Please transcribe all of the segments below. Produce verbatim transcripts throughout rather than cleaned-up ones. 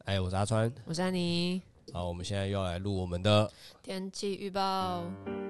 哎，我是阿川， 我是安妮。 好，我们现在又要来录我们的天气预报。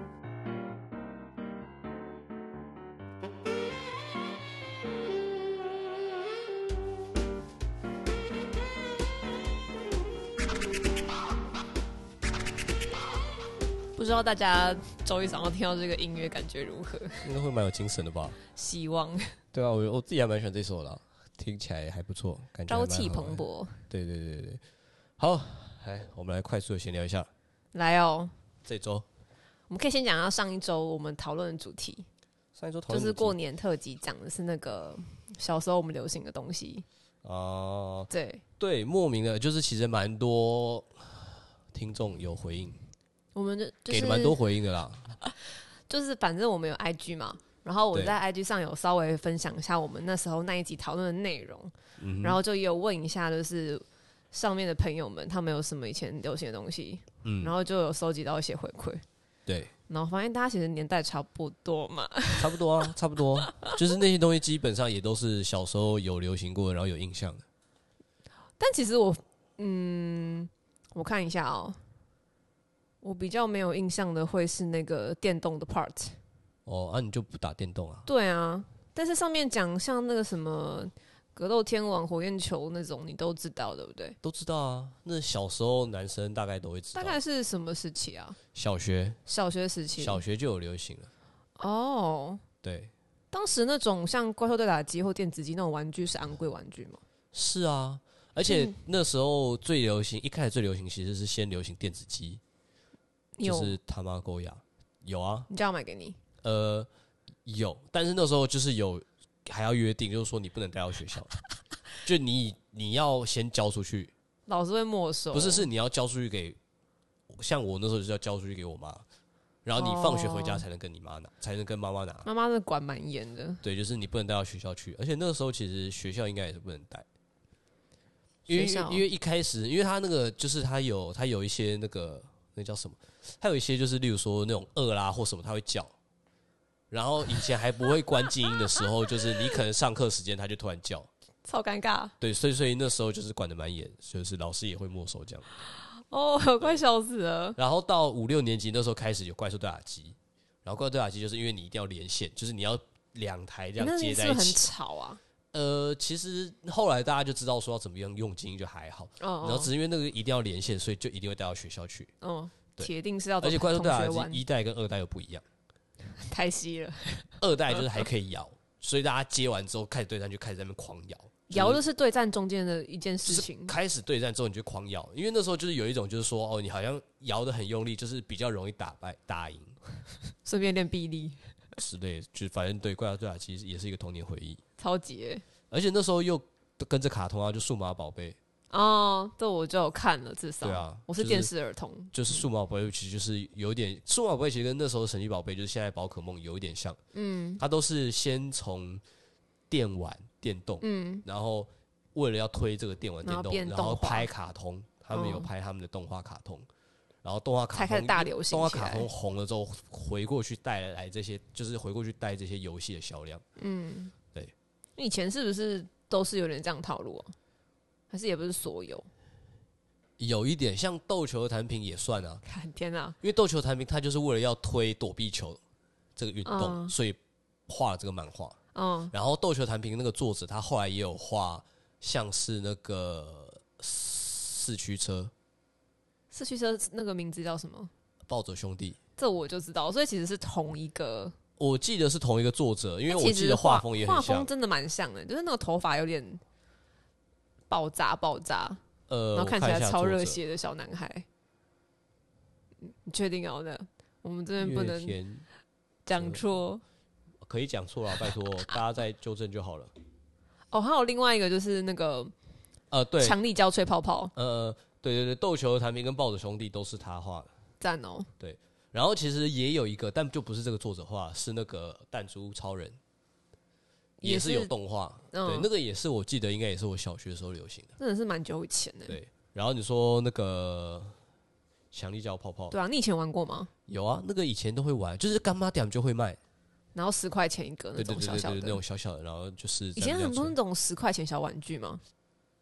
不知道大家周一早上听到这个音乐感觉如何？ 应该会蛮有精神的吧？ 希望。 对啊，我我自己还蛮喜欢这首的、啊，听起来还不错，感觉朝气蓬勃。 对对对对，好，来，我们来快速的闲聊一下。 来哦， 这周我们可以先讲到上一周我们讨论的主题。 上一周讨论就是过年特辑，讲的是那个小时候我们流行的东西。 哦、呃， 对对，莫名的，就是其实蛮多听众有回应。 我们就、就是、 给了蛮多回应的啦， 就是反正我们有 I G 嘛，然后我在 I G 上有稍微分享一下我们那时候那一集讨论的内容、嗯，然后就也有问一下，就是上面的朋友们他们有什么以前流行的东西，嗯，然后就有收集到一些回馈， 对， 然后发现大家其实年代差不多嘛， 差不多啊，差不多，就是那些东西基本上也都是小时候有流行过的，然后有印象的。 但其实我，嗯，我看一下哦。我比较没有印象的会是那个电动的 part。 哦，啊，你就不打电动啊？ 对啊，但是上面讲像那个什么格斗天王、火焰球那种，你都知道对不对？ 都知道啊，那小时候男生大概都会知道。 大概是什么时期啊？ 小学， 小学时期， 小学就有流行了。 哦， 对， 当时那种像怪兽对打机或电子机那种玩具是昂贵玩具吗？ 是啊，而且那时候最流行，一开始最流行其实是先流行电子机。就是他妈狗呀，有啊， 你叫我买给你？ 呃，有，但是那时候就是有还要约定，就是说你不能带到学校，就你你要先交出去， 老师会没收。 不是，是你要交出去给，像我那时候就是要交出去给我妈，然后你放学回家才能跟你妈拿，才能跟妈妈拿。 妈妈是管蛮严的， 对，就是你不能带到学校去，而且那个时候其实学校应该也是不能带，因为因为一开始，因为他那个就是他有他有一些那个。那叫什么？还有一些就是，例如说那种饿啦或什么，他会叫。然后以前还不会关静音的时候，就是你可能上课时间他就突然叫， 超尴尬。 对，所以所以那时候就是管得蛮严，就是老师也会没收这样。 哦，我快笑死了。 然后到五六年级那时候开始有怪兽对打机，然后怪兽对打机就是因为你一定要连线，就是你要两台这样接在一起， 那是不是很吵啊？ 呃，其实后来大家就知道说要怎么样用静音就还好，哦哦，然后只是因为那个一定要连线，所以就一定会带到学校去。 嗯，铁定是要。 而且怪兽对打机一代跟二代又不一样， 太稀了。 二代就是还可以摇，所以大家接完之后开始对战就开始在那边狂摇。 摇的是对战中间的一件事情。 就是，开始对战之后你就狂摇，因为那时候就是有一种就是说哦，你好像摇得很用力，就是比较容易打败打赢， 顺便练臂力之类的，就反正对怪兽对打机也是一个童年回忆。 超级耶， 而且那时候又跟着卡通啊，就数码宝贝哦，这我就有看了，至少对啊， 我是电视儿童， 就是数码宝贝其实就是有一点，数码宝贝其实跟那时候的神奇宝贝就是现在宝可梦有一点像，嗯，它都是先从电玩电动，嗯，然后为了要推这个电玩电动，然后拍卡通，他们有拍他们的动画卡通。嗯，然后动画卡通才开始大流行， 动画卡通红了之后，回过去带来这些，就是回过去带这些游戏的销量。嗯，对。 以前是不是都是有点这样套路啊？还是也不是所有？ 有一点像斗球的弹屏也算啊。 天哪！ 因为斗球弹屏它就是为了要推躲避球这个运动，嗯，所以画了这个漫画。嗯。然后斗球弹屏那个作者他后来也有画，像是那个四驱车。 四驱车那个名字叫什么？ 暴走兄弟。 这我就知道，所以其实是同一个。 我记得是同一个作者，因为我记得画风也很像， 画风真的蛮像的，就是那个头发有点爆炸爆炸，呃，然后看起来超热血的小男孩。你确定要的？我们这边不能讲错， 可以讲错了，拜托大家再纠正就好了。 哦，还有另外一个就是那个呃，对， 强力胶吹泡泡， 呃。对对对，斗球的弹屏跟暴走兄弟都是他画的， 赞哦。 对，然后其实也有一个，但就不是这个作者画，是那个弹珠超人，也是有动画。嗯，对，那个也是我记得应该也是我小学的时候流行的， 真的是蛮久以前的。 对，然后你说那个强力胶泡泡， 对啊，你以前玩过吗？ 有啊，那个以前都会玩，就是干妈店就会卖， 然后十块钱一个那种小小的， 对对对对对，那种小小的，然后就是以前很多那种十块钱小玩具吗？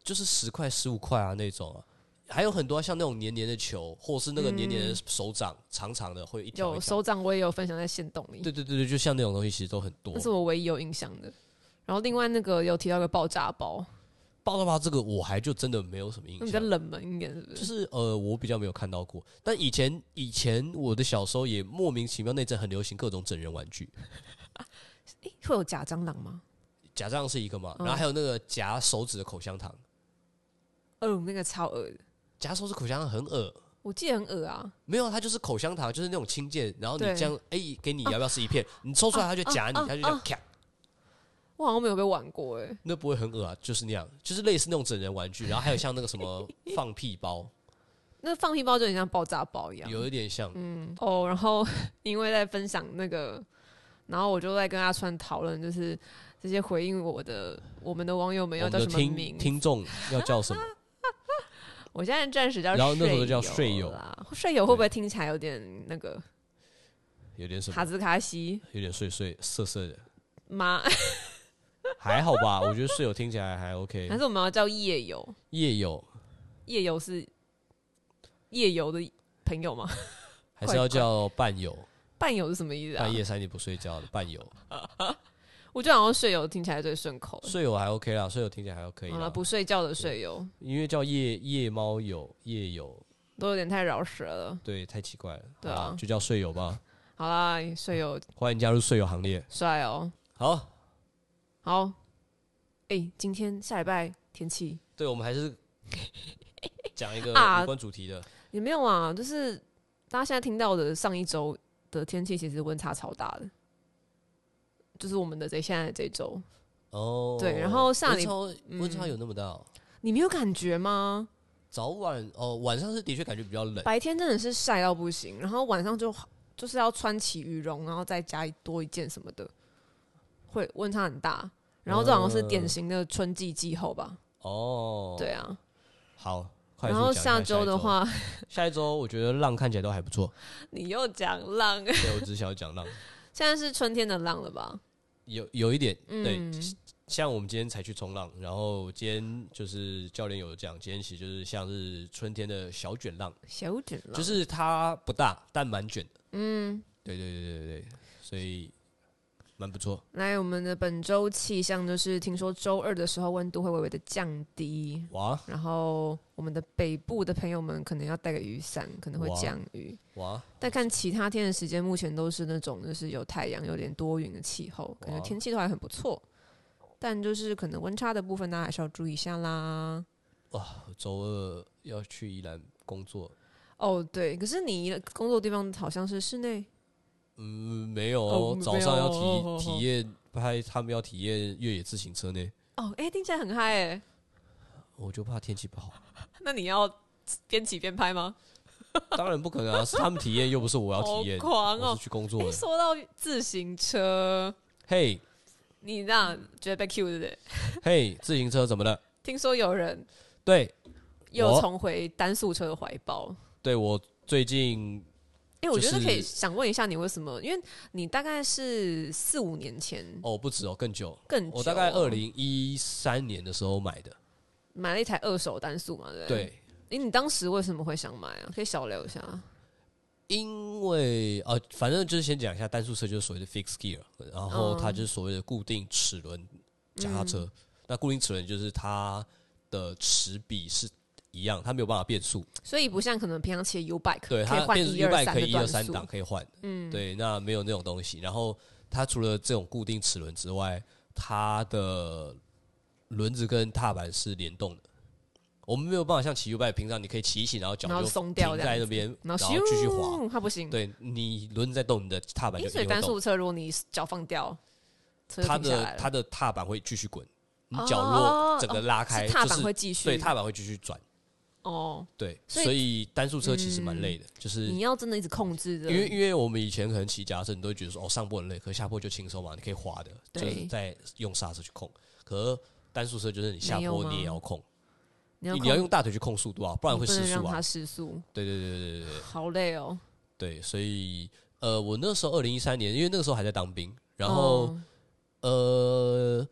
就是十块、十五块啊那种啊。还有很多像那种黏黏的球，或是那个黏黏的手掌，嗯、长长的，会一条一条。 有手掌，我也有分享在限动里。 对对对对，就像那种东西，其实都很多。 那是我唯一有印象的。然后另外那个有提到一个爆炸包， 爆炸包这个我还就真的没有什么印象， 比较冷门一点，是不是？ 就是呃，我比较没有看到过。但以前以前我的小时候也莫名其妙那阵很流行各种整人玩具。 欸、会有假蟑螂吗？ 假蟑螂是一个嘛，嗯、然后还有那个夹手指的口香糖。 哦，那个超恶的。 夹手指口香糖很恶， 我记得很恶啊。 没有，它就是口香糖，就是那种轻键，然后你这样，哎、欸，给你要不要试一片？啊、你抽出来，它就夹你，它、啊、就这样咔。 我好像没有被玩过哎、欸。 那不会很恶啊，就是那样，就是类似那种整人玩具，然后还有像那个什么放屁包。 那放屁包就很像爆炸包一样， 有一点像。 嗯哦，然后因为在分享那个，然后我就在跟阿川讨论，就是这些回应我的我们的网友们要叫什么名？ 听众要叫什么？ 我现在暂时叫， 然后那时候叫睡友啦。睡友会不会听起来有点那个？ 有点什么？ 哈兹卡西， 有点碎碎涩涩的吗？ 还好吧，我觉得睡友听起来还 OK。 还是我们要叫夜友？ 夜友， 夜友是夜游的朋友吗？ 还是要叫伴友？ 伴友是什么意思啊？ 半夜三点不睡觉的伴友。 我觉得好像睡友听起来最顺口。 睡友还 OK 啦，睡友听起来还 OK 啦。 好了，不睡觉的睡友， 因为叫夜夜猫友、夜友都有点太饶舌了。 对，太奇怪了。 对啊， 就叫睡友吧。 好啦，睡友， 欢迎加入睡友行列。 帅哦。 好， 好。哎、欸，今天下礼拜天气， 对我们还是讲一个无关主题的。 啊、也没有啊，就是大家现在听到的上一周的天气，其实温差超大的。就是我们的这现在这周哦， 对，然后下礼温差有那么大、哦嗯？你没有感觉吗？ 早晚哦，晚上是的确感觉比较冷， 白天真的是晒到不行，然后晚上就就是要穿起羽绒，然后再加多一件什么的，会温差很大。然后这好像是典型的春季气候吧？ 哦， 对啊， 好。 然后下周的话， 下一周我觉得浪看起来都还不错。 你又讲浪？ 对，我只想要讲浪。 现在是春天的浪了吧？ 有有一点， 嗯、 对，像我们今天才去冲浪，然后今天就是教练有讲，今天其实就是像是春天的小卷浪， 小卷浪， 就是它不大，但蛮卷的。 嗯， 对对对对对，所以蛮不错。 来，我们的本周气象就是听说周二的时候温度会微微的降低， 哇， 然后我们的北部的朋友们可能要带个雨伞，可能会降雨。 哇！ 但看其他天的时间，目前都是那种就是有太阳、有点多云的气候，可能天气都还很不错。但就是可能温差的部分，大家还是要注意一下啦。 哇，周二要去宜兰工作。 哦，对，可是你工作的地方好像是室内。 嗯，没有哦，早上要体、哦、体验拍，他们要体验越野自行车呢。 哦，哎、欸，听起来很嗨哎。 我就怕天气不好。 那你要边骑边拍吗？ 当然不可能啊，是他们体验，又不是我要体验。 好狂哦！ 我是去工作的。 欸、说到自行车， 嘿， hey, 你这样觉得被 Q 对不对？ 嘿， hey, 自行车怎么了？ 听说有人对又重回单速车的怀抱。 对，我最近。 哎、欸，我觉得可以想问一下你为什么？因为你大概是四五年前哦，不止哦，更久， 更久、哦。 我大概二零一三年的时候买的， 买了一台二手单速嘛，对不对？ 对。 哎、欸，你当时为什么会想买啊？可以小聊一下。 因为呃，反正就是先讲一下单速车，就是所谓的 fixed gear， 然后它就是所谓的固定齿轮脚踏车。嗯、那固定齿轮就是它的齿比是一样，它没有办法变速， 所以不像可能平常骑的 U bike， 对，它变速 U bike 可以一二三档可以换， 嗯， 对，那没有那种东西。然后它除了这种固定齿轮之外，它的轮子跟踏板是联动的。我们没有办法像骑 U bike， 平常你可以骑一骑，然后脚就停在那边，然后继续滑， 它不行。 对，你轮子在动，你的踏板就一定会动。 所以单速车，如果你脚放掉， 它的它的踏板会继续滚，你脚若整个拉开， 哦、踏板会继续， 对，踏板会继续转。 哦， 对，所以单速车其实蛮累的，嗯、就是你要真的一直控制的。 因为因为我们以前可能骑脚踏车，你都会觉得说哦上坡很累，可是下坡就轻松嘛，你可以滑的，就是在用刹车去控。可是单速车就是你下坡你也要控，你要, 控你要用大腿去控速度啊，不然会失速啊。 不能让它失速。 对对对对对对， 好累哦。 对，所以呃，我那时候二零一三年，因为那个时候还在当兵，然后、哦、呃。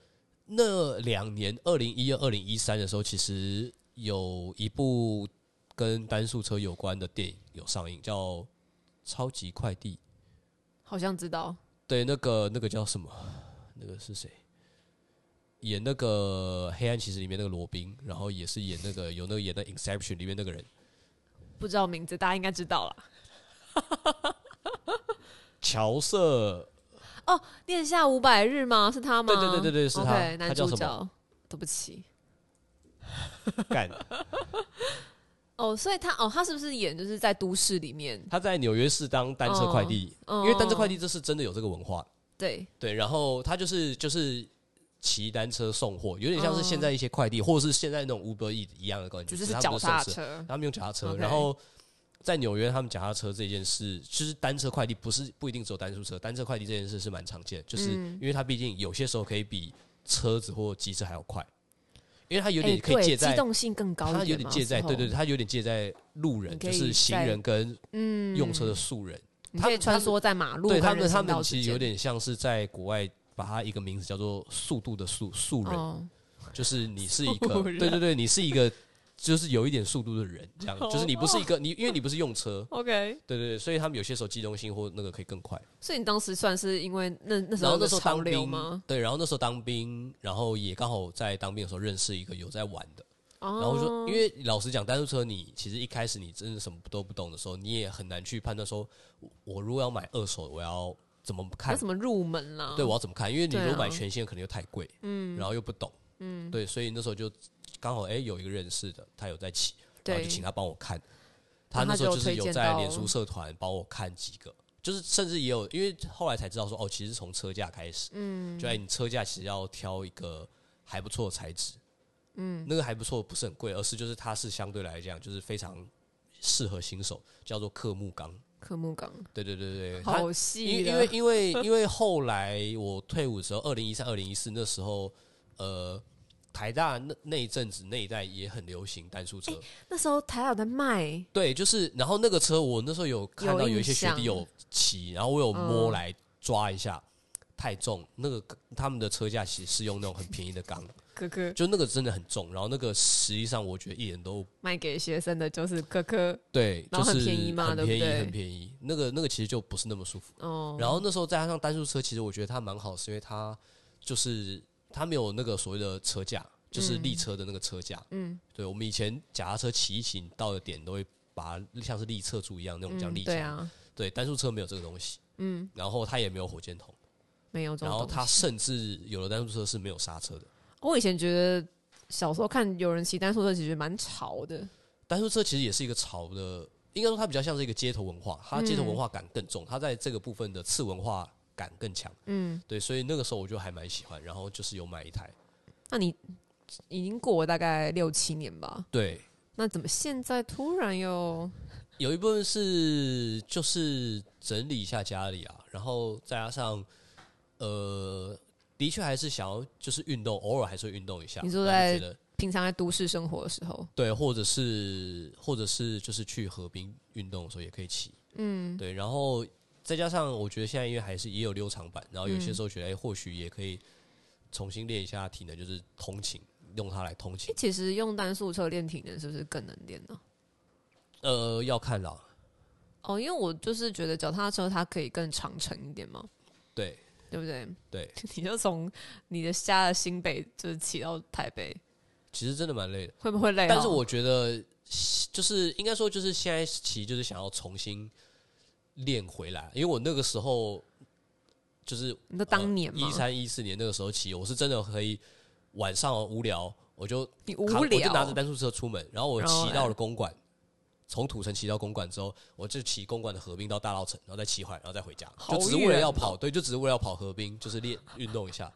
那两年，二零一二、二零一三的时候，其实有一部跟单速车有关的电影有上映，叫《超级快递》。 好像知道。 对，那个那个叫什么？那个是谁？演那个《黑暗骑士》里面那个罗宾，然后也是演那个有那个演的《Inception》里面那个人。 不知道名字，大家应该知道啦。 乔瑟。 哦，恋夏五百日吗？是他吗？ 对对对对对，是他。 Okay, 男主角。 他叫什么？ 对不起。 干。 哦，所以他哦，他是不是演就是在都市里面？ 他在纽约市当单车快递，哦、因为单车快递这是真的有这个文化。 对对，然后他就是就是骑单车送货，有点像是现在一些快递，嗯、或者是现在那种 Uber Eats 一样的感觉， 就是脚踏车， 他们用脚踏车， okay. 然后。在纽约，他们脚踏车这件事，其实单车快递不是不一定只有单速车，单车快递这件事是蛮常见的，就是因为它毕竟有些时候可以比车子或机车还要快，因为它有点可以借在、 欸、机动性更高一点， 它有点借在对对对，它有点借在路人，就是行人跟用车的素人， 你可以穿梭在马路， 对他们他们其实有点像是在国外把它一个名字叫做速度的速素人，哦、就是你是一个对对对，你是一个。就是有一点速度的人，这样就是你不是一个你，因为你不是用车 ，OK， 对对对，所以他们有些时候机动性或那个可以更快。 所以你当时算是因为那那时候的潮流吗？ 对，然后那时候当兵，然后也刚好在当兵的时候认识一个有在玩的，哦、然后说，因为老实讲，单速车你其实一开始你真的什么都不懂的时候，你也很难去判断说，我如果要买二手，我要怎么看？ 怎么入门啦？ 对，我要怎么看？因为你如果买全新可能又太贵，嗯，然后又不懂，嗯，对，所以那时候就。刚好哎、欸，有一个认识的，他有在骑，然后就请他帮我看。他那时候就是有在脸书社团帮我看几个，就是甚至也有，因为后来才知道说哦，其实从车架开始，嗯，就哎，你车架其实要挑一个还不错的材质，嗯，那个还不错，不是很贵，而是就是它是相对来讲就是非常适合新手，叫做刻木钢。 刻木钢， 对对对对， 好细。 因为因为因为后来我退伍的时候，二零一三、二零一四那时候，呃。台大那那一阵子那一代也很流行单速车、欸， 那时候台大有在卖。 对，就是然后那个车我那时候有看到有一些学弟有骑，然后我有摸来抓一下，嗯、太重。那个他们的车架其实是用那种很便宜的钢， 科科就那个真的很重。然后那个实际上我觉得一点都卖给学生的就是科科， 对， 然后很便宜嘛， 很便宜， 对不对？ 很便宜。那个那个其实就不是那么舒服。哦。然后那时候再加上单速车，其实我觉得它蛮好，是因为它就是它没有那个所谓的车架。就是立车的那个车架，嗯，对，我们以前脚踏车骑一骑，你到的点都会把它像是立侧柱一样那种叫立墙、嗯，对啊，对，单速车没有这个东西，嗯，然后它也没有火箭筒， 没有这种东西， 然后它甚至有的单速车是没有刹车的。 我以前觉得小时候看有人骑单速车，其实蛮潮的。 单速车其实也是一个潮的，应该说它比较像是一个街头文化，它街头文化感更重，它在这个部分的次文化感更强，嗯，对，所以那个时候我就还蛮喜欢，然后就是有买一台。 那你？已经过了大概六七年吧。 对， 那怎么现在突然又？ 有一部分是就是整理一下家里啊，然后再加上呃，的确还是想要就是运动，偶尔还是会运动一下。 你说在平常在都市生活的时候， 对，或者是或者是就是去河滨运动的时候也可以骑，嗯，对，然后再加上我觉得现在因为还是也有溜长板，然后有些时候觉得哎、嗯欸，或许也可以重新练一下体能，就是通勤。用它来通勤、欸， 其实用单速车练体能是不是更能练呢？ 呃，要看啦。 哦，因为我就是觉得脚踏车它可以更长程一点嘛。 对， 对不对？ 对， 你就从你的家的新北就是骑到台北， 其实真的蛮累的。 会不会累？ 但是我觉得，就是应该说，就是现在骑就是想要重新练回来，因为我那个时候就是你的当年一三一四年那个时候骑，我是真的可以。晚上无聊，我就你无聊， 我就拿着单速车出门，然后我骑到了公馆，从土城骑到公馆之后，我就骑公馆的河滨到大稻埕，然后再骑回来，然后再回家，就只是为了要跑，对，就只是为了要跑河滨，就是练运动一下，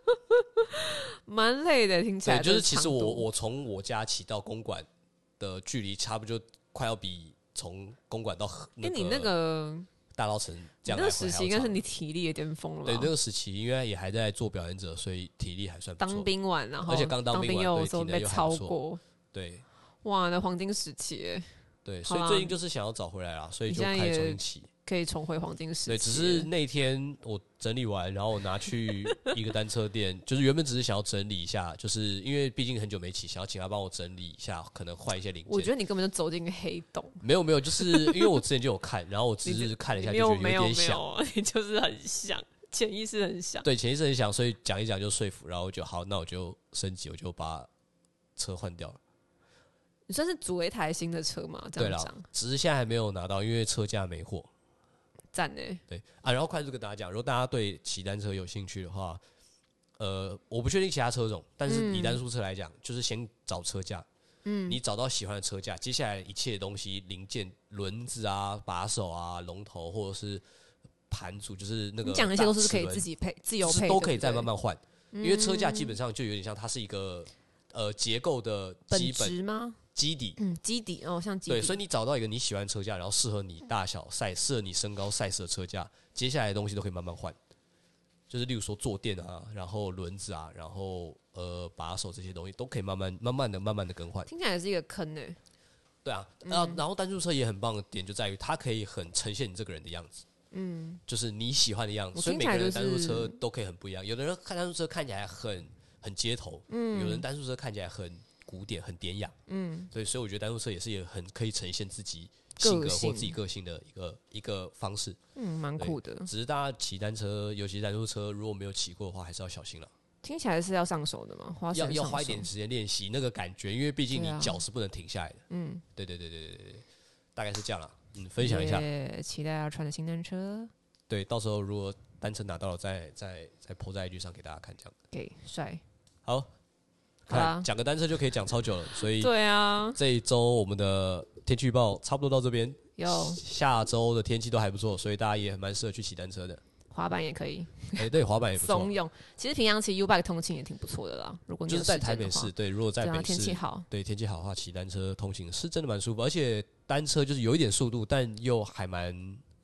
蛮累的，听起来。 对，就是其实我我从我家骑到公馆的距离，差不多就快要比从公馆到那个， 你那个。 大稻埕这样， 那个时期应该是你体力的巅峰了吧。 对，那个时期因为也还在做表演者，所以体力还算不错。 当兵完，然后而且刚当兵完， 有时候被超过。 对， 哇，那黄金时期。 对，所以最近就是想要找回来啦，所以就开始重新骑。 可以重回黄金时期。 对，只是那天我整理完，然后我拿去一个单车店，就是原本只是想要整理一下，就是因为毕竟很久没骑，想要请他帮我整理一下，可能换一些零件。 我觉得你根本就走进一个黑洞。 没有没有，就是因为我之前就有看，然后我只是看了一下，就觉得有点想， 你就是很想，潜意识很想。 对，潜意识很想，所以讲一讲就说服，然后就好，那我就升级，我就把车换掉了。 你算是组了一台新的车嘛？这样讲， 只是现在还没有拿到，因为车架没货。 赞欸。 对啊，然后快速跟大家讲，如果大家对骑单车有兴趣的话，呃，我不确定其他车种，但是以单速车来讲，嗯、就是先找车架。嗯，你找到喜欢的车架，接下来一切东西零件、轮子啊、把手啊、龙头或者是盘组，就是那个你讲那些都是可以自己配、自由配， 都可以再慢慢换。因为车架基本上就有点像它是一个呃结构的基本本质吗？ 基底， 嗯，基底哦，像基底。 对，所以你找到一个你喜欢的车架，然后适合你大小、赛适合你身高、赛事的车架，接下来的东西都可以慢慢换。就是例如说坐垫啊，然后轮子啊，然后呃把手这些东西都可以慢慢、慢慢的、慢慢的更换。 听起来是一个坑呢。 对啊，然后、嗯、然后单速车也很棒的点就在于它可以很呈现你这个人的样子。嗯，就是你喜欢的样子， 就是、 所以每个人的单速车都可以很不一样。有的人看单速车看起来很很街头，嗯，有人单速车看起来很古典、很典雅，嗯，对，所以我觉得单速车也是一个很可以呈现自己性格或自己个性的一个一个方式， 嗯，蛮酷的。 只是大家骑单车，尤其是单速车，如果没有骑过的话，还是要小心了。 听起来是要上手的嘛，花要要花一点时间练习那个感觉，因为毕竟你脚是不能停下来的。嗯，对对对对对对，大概是这样了。嗯，分享一下， 期待要穿的新单车。 对，到时候如果单车拿到了，再再再 po 在 I G 上给大家看，这样。 给帅。 好，看讲个单车就可以讲超久了，所以对啊， 这一周我们的天气预报差不多到这边。 有下周的天气都还不错，所以大家也蛮适合去骑单车的。 滑板也可以， 哎、欸，对，滑板也不错。 松用，其实平常骑 U-Bike 通勤也挺不错的啦。如果你就是在台北市，对，如果在北市天气好， 对天气好的话，骑单车通勤是真的蛮舒服，而且单车就是有一点速度，但又还蛮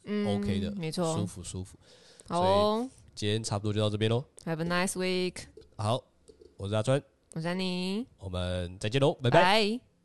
OK 的， 嗯、没错， 舒服舒服。 好、哦， 所以今天差不多就到这边喽。 Have a nice week。 好，我是阿川， 我是安妮， 我们再见喽，拜拜。 Bye